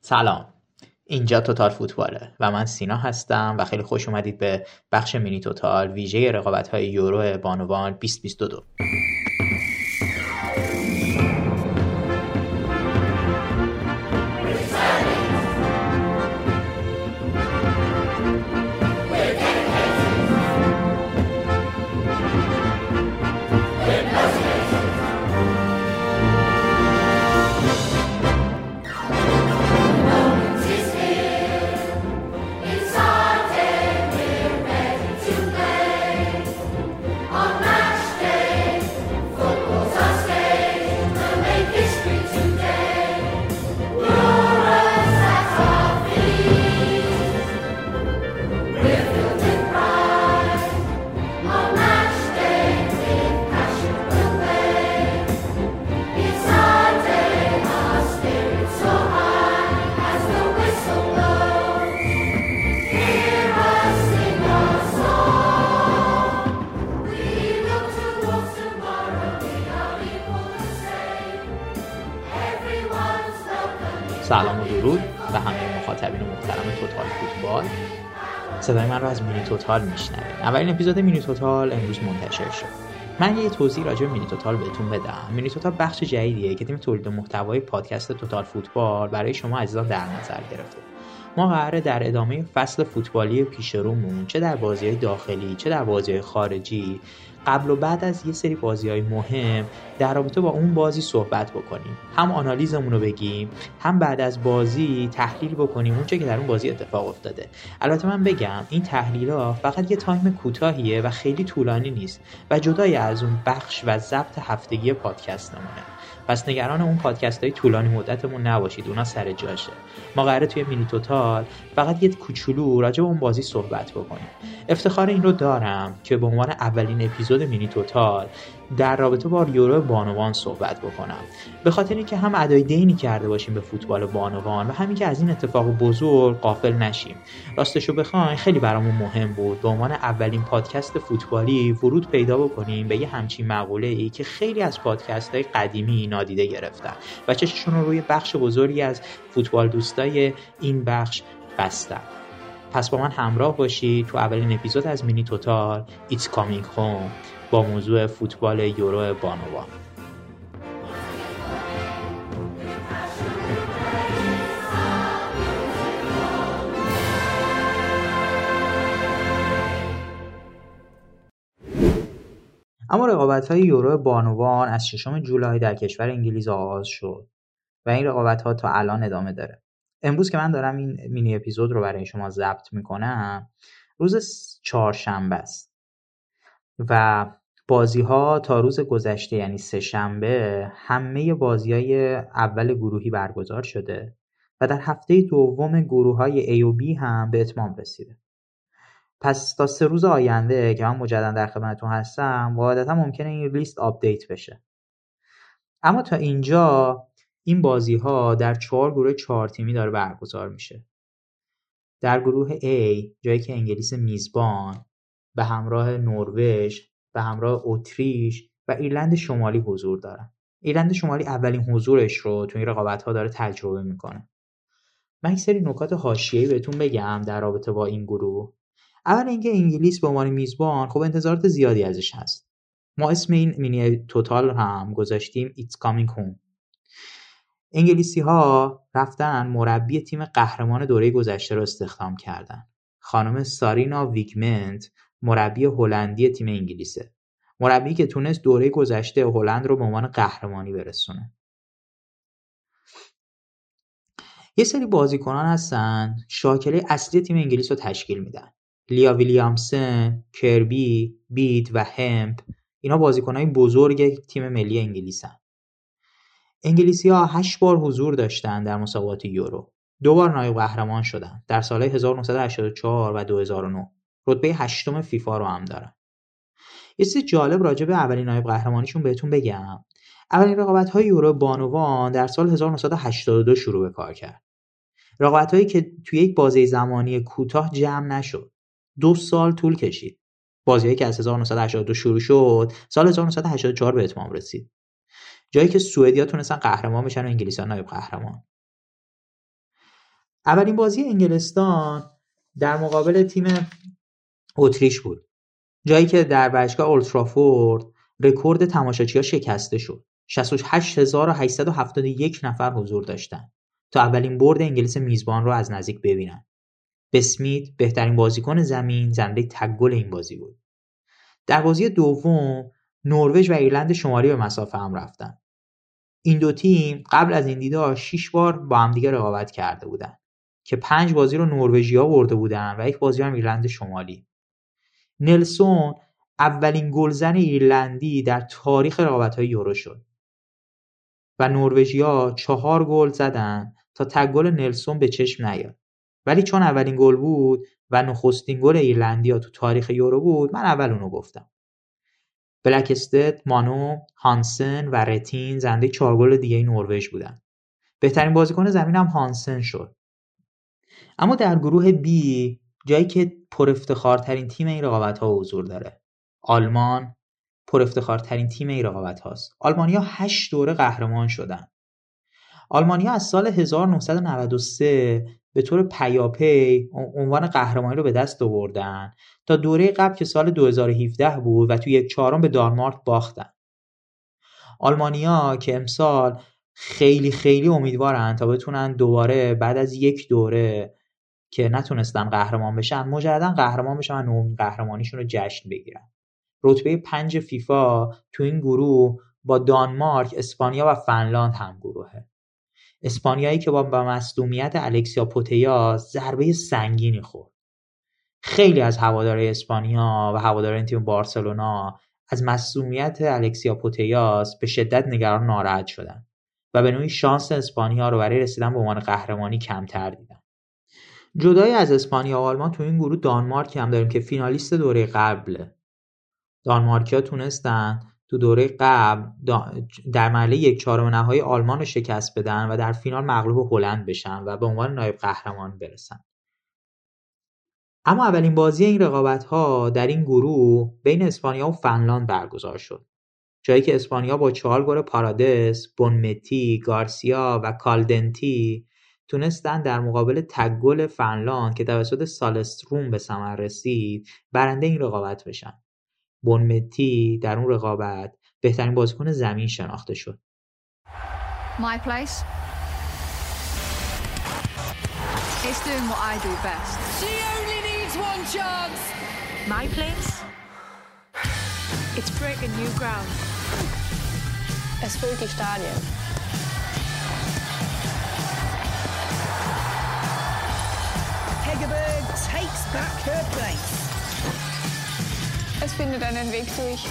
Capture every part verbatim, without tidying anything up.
سلام، اینجا توتال فوتباله و من سینا هستم و خیلی خوش اومدید به بخش مینی توتال ویژه رقابت‌های یورو بانوان بیست بیست و دو. سلام و درود به همه مخاطبین محترم توتال فوتبال. صدای من رو از مینی توتال میشنوید. اولین اپیزود مینی توتال امروز منتشر شد. من یه توضیح راجع به مینی توتال بهتون بدم. مینی توتال بخش جدیدیه که تیم تولید محتوای پادکست توتال فوتبال برای شما عزیزان در نظر گرفته. ما قراره در ادامه فصل فوتبالی پیش رومون، چه در بازی‌های داخلی چه در بازی‌های خارجی، قبل و بعد از یه سری بازی‌های مهم در رابطه با اون بازی صحبت بکنیم. هم آنالیزمون رو بگیم، هم بعد از بازی تحلیل بکنیم اون چه که در اون بازی اتفاق افتاده. البته من بگم این تحلیل‌ها فقط یه تایم کوتاهیه و خیلی طولانی نیست و جدای از اون بخش و ضبط هفتگی پادکستمونه. پس نگران اون پادکست‌های طولانی مدتمون نباشید، اونا سر جاشه. ما قراره توی مینی توتال فقط یه کوچولو راجع به اون بازی صحبت بکنیم. افتخار این رو دارم که به عنوان اولین اپیزود مینی توتال در رابطه با یورو بانوان صحبت بکنم، به خاطر اینکه هم ادای دینی کرده باشیم به فوتبال بانوان و همین که از این اتفاق بزرگ غافل نشیم. راستشو بخواین خیلی برامون مهم بود به عنوان اولین پادکست فوتبالی ورود پیدا بکنیم به یه همچین مقوله‌ای که خیلی از پادکست‌های قدیمی نادیده گرفتن و چششون رو روی بخش بزرگی از فوتبال دوستای این بخش بستن. پس با من همراه باشید تو اولین اپیزود از مینی توتال It's Coming Home با موضوع فوتبال یورو بانوان. اما رقابت‌های یورو بانوان از ششم جولای در کشور انگلیس آغاز شد و این رقابت‌ها تا الان ادامه داره. امروز که من دارم این مینی اپیزود رو برای شما ضبط میکنم روز چهارشنبه است و بازی‌ها تا روز گذشته یعنی سه شنبه همه بازی‌های اول گروهی برگزار شده و در هفته دوم گروه‌های A و B هم به اتمام رسیده. پس تا سه روز آینده که من مجددا در خدمتتون هستم قاعدتا ممکنه این لیست آپدیت بشه. اما تا اینجا این بازی‌ها در چهار گروه چهار تیمی داره برگزار میشه. در گروه A جایی که انگلیس میزبان به همراه نروژ، به همراه اتریش و ایرلند شمالی حضور دارن. ایرلند شمالی اولین حضورش رو تو این رقابت‌ها داره تجربه میکنه. من یک سری نکات حاشیه‌ای بهتون بگم در رابطه با این گروه. اول اینکه انگلیس به عنوان میزبان خب انتظارات زیادی ازش هست. ما اسم این مینی توتال هم گذاشتیم It's Coming Home. انگلیسی ها رفتن مربی تیم قهرمان دوره گذشته رو استخدام کردن. خانم سارینا ویگمنت مربی هلندی تیم انگلیسه. مربی که تونست دوره گذشته هلند رو به عنوان قهرمانی برسونه. یه سری بازیکنان هستن شاکله اصلی تیم انگلیس رو تشکیل میدن. لیا ویلیامسن، کربی، بیت و همپ اینا بازیکنای بزرگ تیم ملی انگلیسن. انگلیسی‌ها هشت بار حضور داشتن در مسابقات یورو. دو بار نایب قهرمان شدن در سالهای هزار و نهصد و هشتاد و چهار و دو هزار و نه. رتبه هشتم فیفا رو هم دارن. یه چیز جالب راجع به اولین نایب قهرمانیشون بهتون بگم. اولین رقابت‌های یورو بانوان در سال هزار و نهصد و هشتاد و دو شروع به کار کرد. رقابت‌هایی که توی یک بازه زمانی کوتاه جمع نشد. دو سال طول کشید. بازی‌هایی که از هزار و نهصد و هشتاد و دو شروع شد، سال هزار و نهصد و هشتاد و چهار به اتمام رسید. جایی که سوئدیا تونستن قهرمان بشن و انگلیس‌ها نایب قهرمان. اولین بازی انگلستان در مقابل تیم اتریش بود، جایی که در ورزشگاه اولترافورد رکورد تماشاچی‌ها شکسته شد. شصت و هشت هزار و هشتصد و هفتاد و یک نفر حضور داشتند تا اولین برد انگلیس میزبان رو از نزدیک ببینن. اسمیت بهترین بازیکن زمین زنده تگ گل این بازی بود. در بازی دوم نروژ و ایرلند شمالی به مسافه هم رفتن. این دو تیم قبل از این دیدار شش بار با هم دیگه رقابت کرده بودن که پنج بازی رو نروژی‌ها برده بودن و یک بازی هم ایرلند شمالی. نلسون اولین گلزن ایرلندی در تاریخ رقابت‌های یورو شد و نروژی‌ها چهار گل زدن تا تگ گل نلسون به چشم نیاد. ولی چون اولین گل بود و نخستین گل ایرلندی‌ها تو تاریخ یورو بود، من اول اونو گفتم. بلکستد، مانو، هانسن و رتین زنده چهار گل دیگه نروژ بودن. بهترین بازیکن زمین هم هانسن شد. اما در گروه بی، جایی که پر افتخارترین تیم این رقابت‌ها حضور داره، آلمان پر افتخارترین تیم این رقابت‌هاست. آلمانی‌ها هشت دوره قهرمان شدن. آلمانی‌ها از سال هزار و نهصد و نود و سه به طور پیاپی عنوان قهرمانی رو به دست آوردن تا دوره قبل که سال دو هزار و هفده بود و تو یک چهارم به دانمارک باختن. آلمانی‌ها که امسال خیلی خیلی امیدوارن تا بتونن دوباره بعد از یک دوره که نتونستن قهرمان بشن مجددا قهرمان بشن و نومین قهرمانیشون رو جشن بگیرن. رتبه پنج فیفا تو این گروه با دانمارک، اسپانیا و فنلاند هم گروهه. اسپانیایی که با مصدومیت الکسیا پوتیاس ضربه سنگینی خورد. خیلی از هوادارهای اسپانیا و هواداران تیم بارسلونا از مصدومیت الکسیا پوتیاس به شدت نگران ناراحت شدن و به نوعی شانس اسپانیا رو برای رسیدن به عنوان قهرمانی کمتر دیدن. جدای از اسپانیا و آلمان تو این گروه دانمارک هم داریم که فینالیست دوره قبله. دانمارکی‌ها تونستن تو دوره قبل در مرحله یک چهارم نهایی آلمان رو شکست بدن و در فینال مغلوب هلند بشن و به عنوان نایب قهرمان برسن. اما اولین بازی این رقابت‌ها در این گروه بین اسپانیا و فنلاند برگزار شد، جایی که اسپانیا با چهار گل پارادس، بونمتی، گارسیا و کالدنتی تونستن در مقابل تگ گل فنلاند که توسط سالستروم به ثمر رسید برنده این رقابت بشن. بونمتی در اون رقابت بهترین بازیکن زمین شناخته شد. My place is doing what I do best. She only needs one chance. My place, it's breaking new ground. Es füllt die Stadien. Hegerberg takes back her place. Es findet einen Weg durch.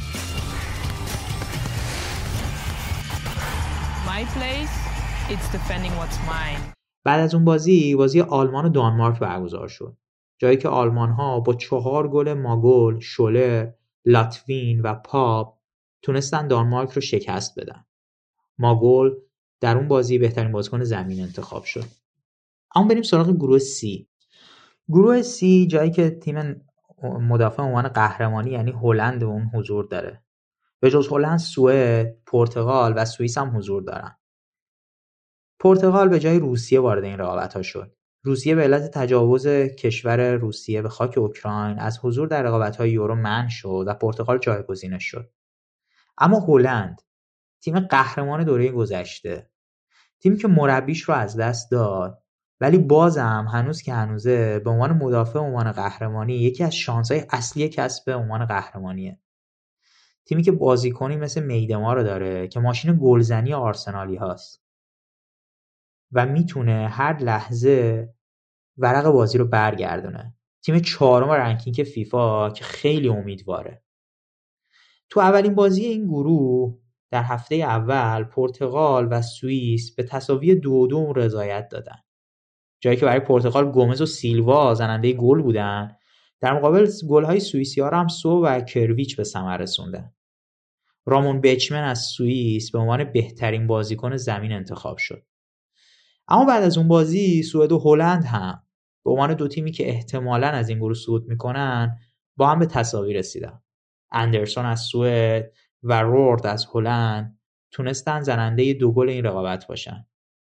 My place, it's defending what's mine. بعد از اون بازی بازی آلمان و دانمارک برگزار شد، جایی که آلمان‌ها با چهار گل ماگول، شولر، لاتوین و پاپ تونستن دانمارک رو شکست بدن. ماگول در اون بازی بهترین بازیکن زمین انتخاب شد. اما بریم سراغ گروه سی. گروه سی جایی که تیم مدافع عنوان قهرمانی یعنی هلند اون حضور داره. به جز هلند سوئد، پرتغال و سوئیس هم حضور دارن. پرتغال به جای روسیه وارد این رقابت‌ها شد. روسیه به علت تجاوز کشور روسیه به خاک اوکراین از حضور در رقابت‌های یورو منع شد و پرتغال جایگزینش شد. اما هلند، تیم قهرمان دوره گذشته، تیمی که مربیش رو از دست داد ولی بازم هنوز که هنوزه به عنوان مدافع عنوان قهرمانی یکی از شانس‌های اصلی کسب عنوان قهرمانیه. تیمی که بازیکنی مثل میدما رو داره که ماشین گلزنی آرسنالی هاست و میتونه هر لحظه ورق بازی رو برگردونه. تیم چهارم رنکینگ فیفا که خیلی امیدواره. تو اولین بازی این گروه در هفته اول پرتغال و سوئیس به تساوی دو دو رضایت دادن، جایی که برای پرتغال گومز و سیلوا زننده گل بودن. در مقابل گل‌های سوئیسی‌ها رو هم سو و کرویچ به ثمر رسوندن. رامون بچمن از سوئیس به عنوان بهترین بازیکن زمین انتخاب شد. اما بعد از اون بازی سوئد و هلند هم به عنوان دو تیمی که احتمالاً از این گروه صعود میکنن با هم به تساوی رسیدن. اندرسون از سوئد و رورد از هلند تونستن زننده دو گل این رقابت باشن.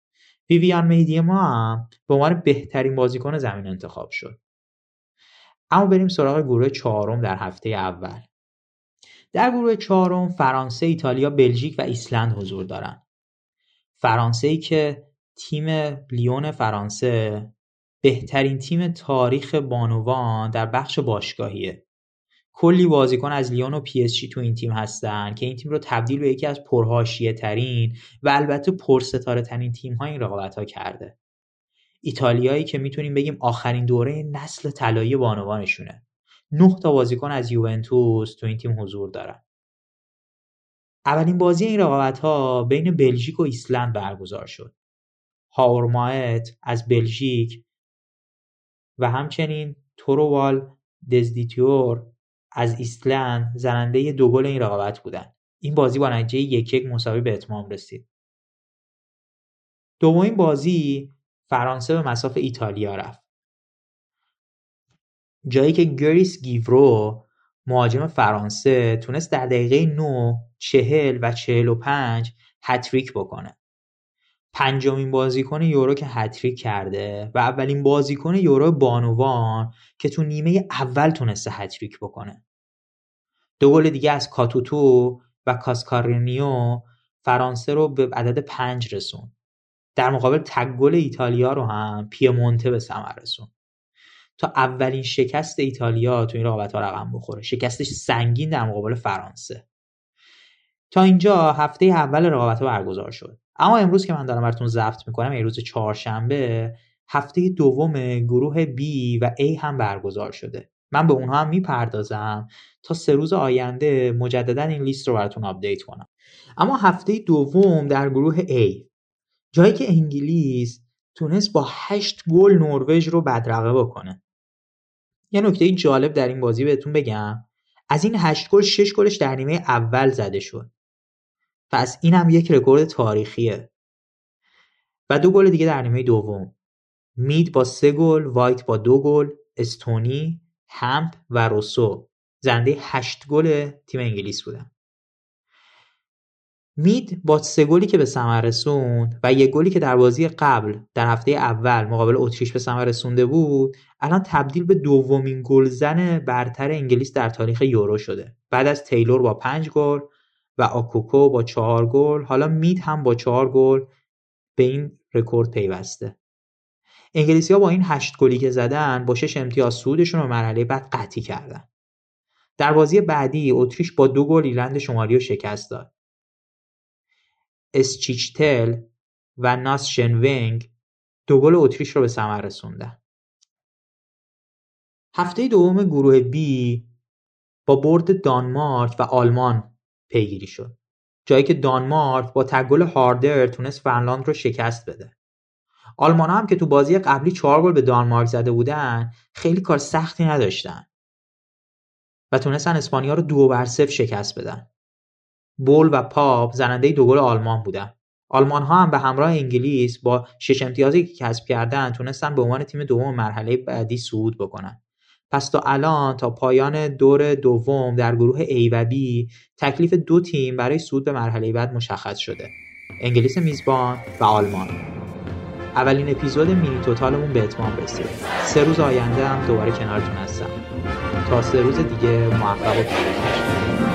ویویان میدیما هم به عنوان بهترین بازیکن زمین انتخاب شد. اما بریم سراغ گروه چهارم در هفته اول. در گروه چهارم فرانسه، ایتالیا، بلژیک و ایسلند حضور دارن. فرانسه‌ای که تیم لیون فرانسه بهترین تیم تاریخ بانوان در بخش باشگاهیه. کلی بازیکن از لیون و پی اس جی تو این تیم هستن که این تیم رو تبدیل به یکی از پرحاشیه ترین و البته پرستاره ترین تیم های این رقابت ها کرده. ایتالیایی که میتونیم بگیم آخرین دوره نسل طلایی بانوانشونه. نه تا بازیکن از یوونتوس تو این تیم حضور دارن. اولین بازی این رقابت ها بین بلژیک و ایسلند برگزار شد. هاورمایت از بلژیک و همچنین تورووال دزدیتیور از ایسلند زننده دو گل این رقابت بودند. این بازی با نتیجه یک یک مساوی به اتمام رسید. دومین بازی فرانسه به مصاف ایتالیا رفت. جایی که گریس گیورو مهاجم فرانسه تونست در دقیقه نه، چهل و چهل و پنج هتریک بکنه. پنجمین بازیکن یورو که هتریک کرده و اولین بازیکن یورو بانوان که تو نیمه اول تونسته هتریک بکنه. دو گل دیگه از کاتوتو و کاسکارینیو فرانسه رو به عدد پنج رسون. در مقابل تک گل ایتالیا رو هم پیمونته به ثمر رسون تا اولین شکست ایتالیا تو این رقابت‌ها رقم بخوره. شکستش سنگین در مقابل فرانسه. تا اینجا هفته اول رقابت‌ها برگزار شد. اما امروز که من دارم براتون ضبط میکنم، این روز چهارشنبه، هفته دوم گروه B و A هم برگزار شده. من به اونها هم میپردازم تا سه روز آینده مجددا این لیست رو براتون آپدیت کنم. اما هفته دوم در گروه A، جایی که انگلیس تونست با هشت گل نروژ رو بدرقه بکنه. یه نکته جالب در این بازی بهتون بگم، از این هشت گل شش گلش در نیمه اول زده شد. پس این هم یک رکورد تاریخیه. و دو گل دیگه در نیمه دوم. مید با سه گل، وایت با دو گل، استونی، همپ و روسو زنده هشت گل تیم انگلیس بودن. مید با سه گلی که به ثمر رسوند و یک گلی که در بازی قبل در هفته اول مقابل اتریش به ثمر رسونده بود، الان تبدیل به دومین گلزن برتر انگلیس در تاریخ یورو شده. بعد از تیلور با پنج گل و آکوکو با چهار گل، حالا مید هم با چهار گل به این رکورد پیوسته. انگلیسی‌ها با این هشت گلی که زدن با شش امتیاز صعودشون رو مرحله بعد قطعی کردن. در بازی بعدی اتریش با دو گل ایرلند شمالی رو شکست داد. اسچیچتل و ناس شنونگ دو گل اتریش رو به ثمر رسوندن. هفته دوم گروه B با برد دانمارک و آلمان پیگیری شد. جایی که دانمارک با تک گل هاردر تونست فنلاند رو شکست بده. آلمان‌ها هم که تو بازی قبلی چهار گل به دانمارک زده بودن، خیلی کار سختی نداشتن و تونستن اسپانیا رو دو بر صفر شکست بدن. بول و پاپ زننده دو گل آلمان بودن. آلمان‌ها هم به همراه انگلیس با شش امتیازی که کسب کردن تونستن به عنوان تیم دوم مرحله بعدی صعود بکنن. پس تا الان تا پایان دور دوم در گروه A و B تکلیف دو تیم برای صعود به مرحله بعد مشخص شده. انگلیس میزبان و آلمان. اولین اپیزود مینی توتالمون به اتمام رسید. سه روز آینده هم دوباره کنارتون هستم. تا سه روز دیگه موفق و پیروز باشید.